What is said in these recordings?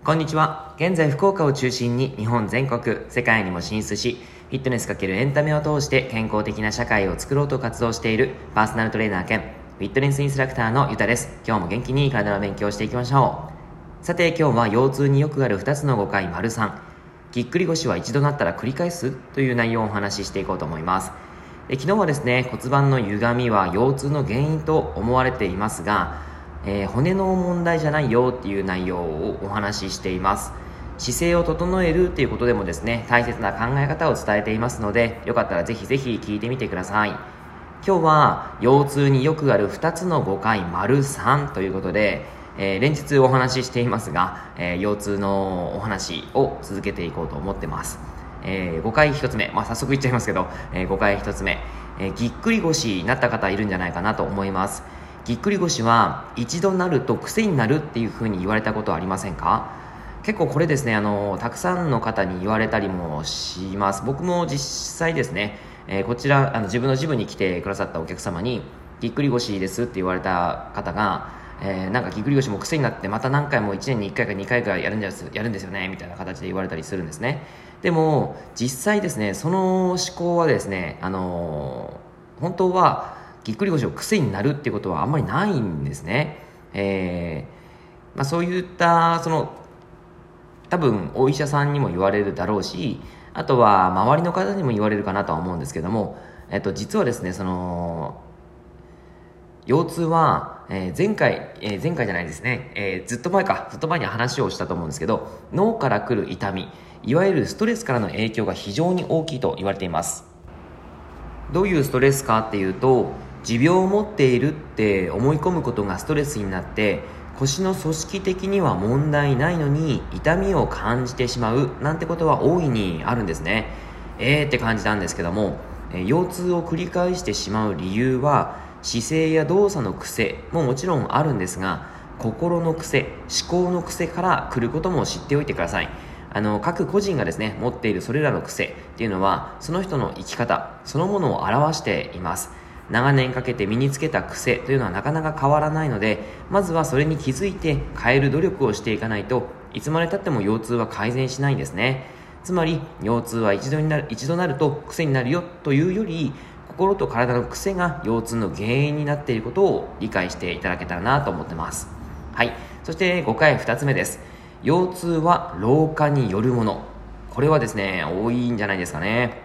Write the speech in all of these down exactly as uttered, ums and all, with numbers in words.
こんにちは。現在福岡を中心に日本全国、世界にも進出し、フィットネス×エンタメを通して健康的な社会を作ろうと活動しているパーソナルトレーナー兼フィットネスインストラクターのゆたです。今日も元気に体の勉強をしていきましょう。さて今日は腰痛によくあるふたつの誤解 ③ ぎっくり腰は一度なったら繰り返すという内容をお話ししていこうと思います。で昨日はですね、骨盤の歪みは腰痛の原因と思われていますが、えー、骨の問題じゃないよっていう内容をお話ししています。姿勢を整えるということでもですね、大切な考え方を伝えていますので、よかったらぜひぜひ聞いてみてください。今日は腰痛によくあるふたつの誤解 ③ ということで、えー、連日お話ししていますが、えー、腰痛のお話を続けていこうと思ってます。えー、誤解ひとつめ、まあ、早速言っちゃいますけど、えー、誤解ひとつめ、えー、ぎっくり腰になった方いるんじゃないかなと思います。ぎっくり腰は一度なると癖になるっていう風に言われたことはありませんか？結構これですね、あのたくさんの方に言われたりもします。僕も実際ですね、えー、こちらあの自分のジムに来てくださったお客様にぎっくり腰ですって言われた方が、えー、なんかぎっくり腰も癖になってまた何回もいちねんにいっかいかにかいかやるんですやるんですよねみたいな形で言われたりするんですね。でも実際ですね、その思考はですね、あのー、本当はぎっくり腰を癖になるっていうことはあんまりないんですね。えーまあ、そういったその多分お医者さんにも言われるだろうし、あとは周りの方にも言われるかなとは思うんですけども、えっと、実はですね、その腰痛は、えー、前回、えー、前回じゃないですね、えー、ずっと前かずっと前に話をしたと思うんですけど、脳から来る痛み、いわゆるストレスからの影響が非常に大きいと言われています。どういうストレスかっていうと、持病を持っているって思い込むことがストレスになって、腰の組織的には問題ないのに痛みを感じてしまうなんてことは大いにあるんですね。えーって感じたんですけども、え腰痛を繰り返してしまう理由は姿勢や動作の癖ももちろんあるんですが、心の癖、思考の癖から来ることも知っておいてください。あの各個人がですね持っているそれらの癖っていうのはその人の生き方そのものを表しています。長年かけて身につけた癖というのはなかなか変わらないので、まずはそれに気づいて変える努力をしていかないといつまでたっても腰痛は改善しないんですね。つまり腰痛は一度になる一度なると癖になるよというより、心と体の癖が腰痛の原因になっていることを理解していただけたらなと思ってます。はい。そして誤解ふたつめです。腰痛は老化によるもの。これはですね多いんじゃないですかね。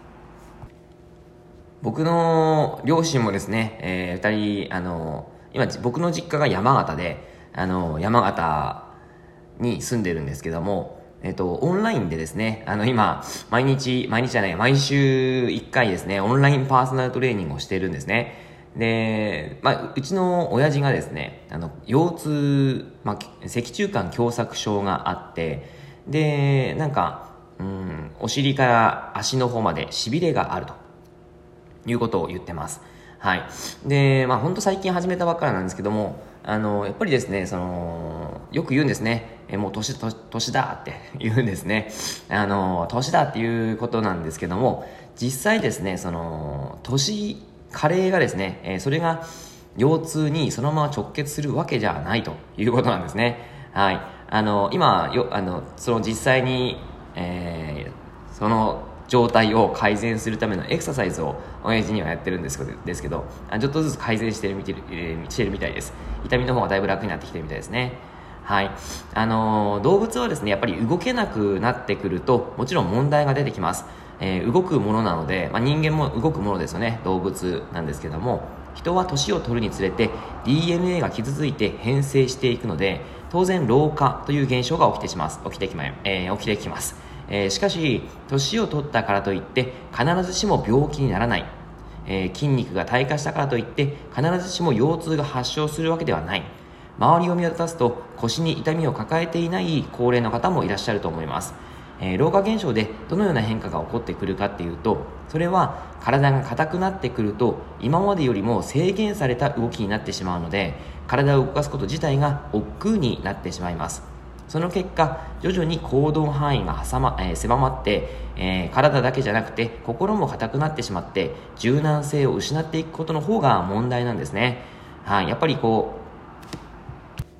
僕の両親もですね、えー、ふたりあの今僕の実家が山形で、あの山形に住んでるんですけども、えっとオンラインでですね、あの今毎日毎日じゃない毎週いっかいですね、オンラインパーソナルトレーニングをしているんですね。で、まあ、うちの親父がですね、あの腰痛、まあ、脊柱管狭窄症があって、でなんかうんお尻から足の方までしびれがあるということを言ってます。はい。で、まあ本当最近始めたばっかりなんですけども、あのやっぱりですね、そのよく言うんですね。えもう年年年だって言うんですね。あの年だっていうことなんですけども、実際ですね、その年加齢がですね、えー、それが腰痛にそのまま直結するわけじゃないということなんですね。はい。あの今よあのその実際に、えー、その状態を改善するためのエクササイズを親父にはやってるんですけど、ですけどちょっとずつ改善してるみてる、えー、してるみたいです。痛みの方がだいぶ楽になってきてるみたいですね。はい。あのー、動物はですねやっぱり動けなくなってくるともちろん問題が出てきます。えー、動くものなので、まあ、人間も動くものですよね。動物なんですけども、人は年を取るにつれて ディーエヌエー が傷ついて変性していくので、当然老化という現象が起きてします起きてきま、えー、起きてきます。えー、しかし年を取ったからといって必ずしも病気にならない、えー、筋肉が退化したからといって必ずしも腰痛が発症するわけではない。周りを見渡すと腰に痛みを抱えていない高齢の方もいらっしゃると思います。えー、老化現象でどのような変化が起こってくるかっていうと、それは体が硬くなってくると今までよりも制限された動きになってしまうので、体を動かすこと自体が億劫になってしまいます。その結果徐々に行動範囲が挟ま、えー、狭まって、えー、体だけじゃなくて心も硬くなってしまって柔軟性を失っていくことの方が問題なんですね。はい、やっぱりこう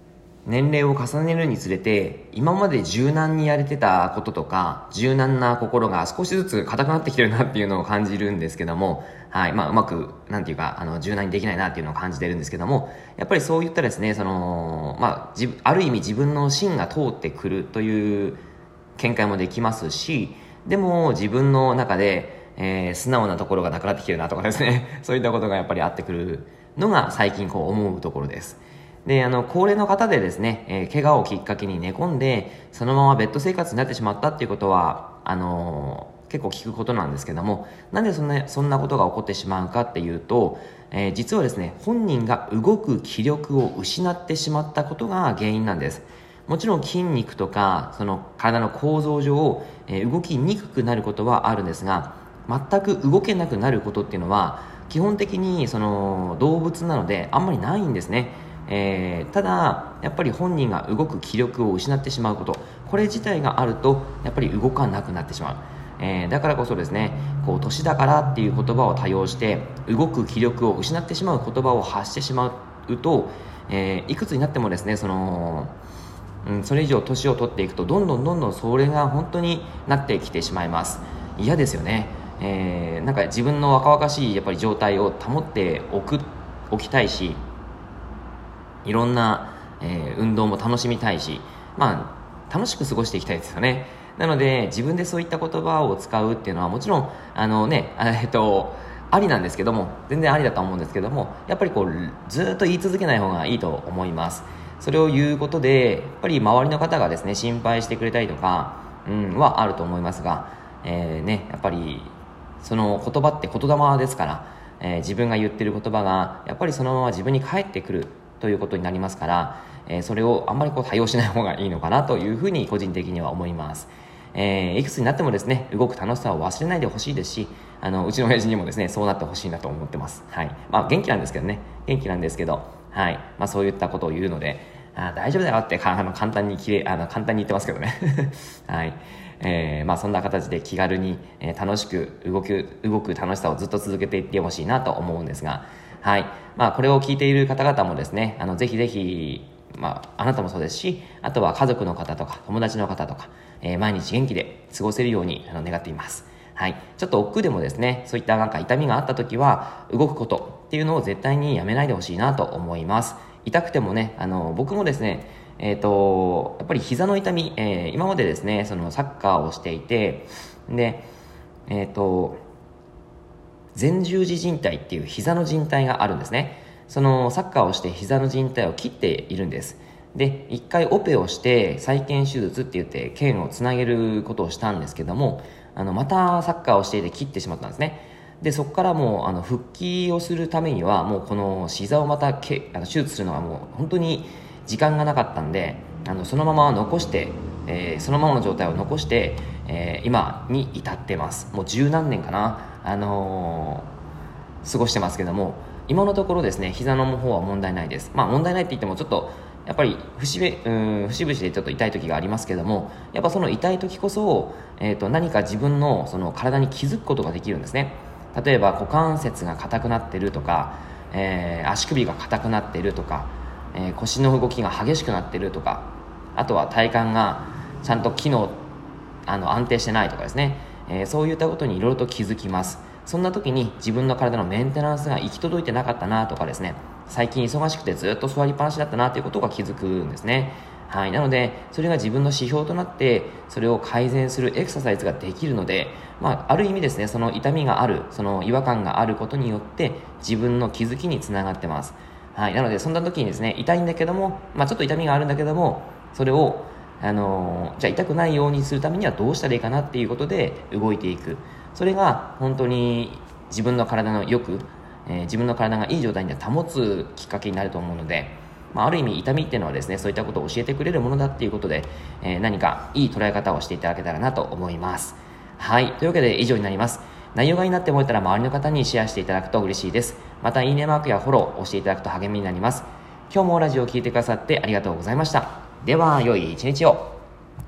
年齢を重ねるにつれて、今まで柔軟にやれてたこととか、柔軟な心が少しずつ硬くなってきてるなっていうのを感じるんですけども、はい、まあ、うまく、なんていうか、あの、柔軟にできないなっていうのを感じてるんですけども、やっぱりそういったですね、その、まあ、じある意味自分の芯が通ってくるという見解もできますし、でも自分の中で、えー、素直なところがなくなってきてるなとかですね、そういったことがやっぱりあってくるのが最近こう思うところです。で、あの、高齢の方でですね、えー、怪我をきっかけに寝込んで、そのままベッド生活になってしまったっていうことは、あのー、結構聞くことなんですけども、なんでそんな、そんなことが起こってしまうかっていうと、えー、実はですね、本人が動く気力を失ってしまったことが原因なんです。もちろん筋肉とか、その体の構造上、えー、動きにくくなることはあるんですが、全く動けなくなることっていうのは、基本的にその動物なのであんまりないんですね。えー、ただやっぱり本人が動く気力を失ってしまうこと、これ自体があるとやっぱり動かなくなってしまう、えー、だからこそですね、こう年だからっていう言葉を多用して動く気力を失ってしまう言葉を発してしまうと、えー、いくつになってもですね、その、うん、それ以上年を取っていくとどんどんどんどんそれが本当になってきてしまいます。嫌ですよね。えー、なんか自分の若々しいやっぱり状態を保っておくおきたいし、いろんな、えー、運動も楽しみたいし、まあ楽しく過ごしていきたいですよね。なので自分でそういった言葉を使うっていうのはもちろんあのね、えっとありなんですけども、全然ありだと思うんですけども、やっぱりこうずっと言い続けない方がいいと思います。それを言うことでやっぱり周りの方がですね心配してくれたりとか、うん、はあると思いますが、えー、ね、やっぱりその言葉って言霊ですから、えー、自分が言ってる言葉がやっぱりそのまま自分に返ってくるということになりますから、えー、それをあんまりこう多用しない方がいいのかなというふうに個人的には思います。えー、いくつになってもですね、動く楽しさを忘れないでほしいですし、あのうちの親父にもですねそうなってほしいなと思ってます。はい、まあ元気なんですけどね、元気なんですけど、はい、まあそういったことを言うので、あ大丈夫だよってかあの簡単にきれあの簡単に言ってますけどね。はい、えー、まあそんな形で気軽に、えー、楽しく動く動く楽しさをずっと続けていってほしいなと思うんですが。はい。まあ、これを聞いている方々もですね、あの、ぜひぜひ、まあ、あなたもそうですし、あとは家族の方とか、友達の方とか、えー、毎日元気で過ごせるようにあの願っています。はい。ちょっと億劫でもですね、そういったなんか痛みがあった時は、動くことっていうのを絶対にやめないでほしいなと思います。痛くてもね、あの、僕もですね、えっと、やっぱり膝の痛み、えー、今までですね、そのサッカーをしていて、で、えっと、前十字靭帯っていう膝の靭帯があるんですね。そのサッカーをして膝の靭帯を切っているんです。で、一回オペをして再建手術って言って腱をつなげることをしたんですけども、あのまたサッカーをしていて切ってしまったんですね。で、そこからもうあの復帰をするためにはもうこの膝をまたけあの手術するのがもう本当に時間がなかったんで、あのそのまま残して、えー、そのままの状態を残して、えー、今に至ってます。もう十何年かな、あのー、過ごしてますけども、今のところですね膝の方は問題ないです。まあ問題ないって言ってもちょっとやっぱり節々節々でちょっと痛い時がありますけども、やっぱその痛い時こそ、えー、と何か自分のその体に気づくことができるんですね。例えば股関節が硬くなってるとか、えー、足首が硬くなってるとか、えー、腰の動きが激しくなってるとか、あとは体幹がちゃんと機能あの安定してないとかですね、えー、そういったことにいろいろと気づきます。そんな時に自分の体のメンテナンスが行き届いてなかったなとかですね、最近忙しくてずっと座りっぱなしだったなということが気づくんですね。はい、なのでそれが自分の指標となってそれを改善するエクササイズができるので、まあ、ある意味ですね、その痛みがある、その違和感があることによって自分の気づきにつながってます。はい、なのでそんな時にですね、痛いんだけども、まあ、ちょっと痛みがあるんだけども、それをあのー、じゃあ痛くないようにするためにはどうしたらいいかなっていうことで動いていく。それが本当に自分の体のよく、えー、自分の体がいい状態に保つきっかけになると思うので、まあ、ある意味痛みっていうのはですね、そういったことを教えてくれるものだっていうことで、えー、何かいい捉え方をしていただけたらなと思います。はい、というわけで以上になります。内容がいいなって思えたら周りの方にシェアしていただくと嬉しいです。またいいねマークやフォローを押していただくと励みになります。今日もラジオを聞いてくださってありがとうございました。では良い一日を。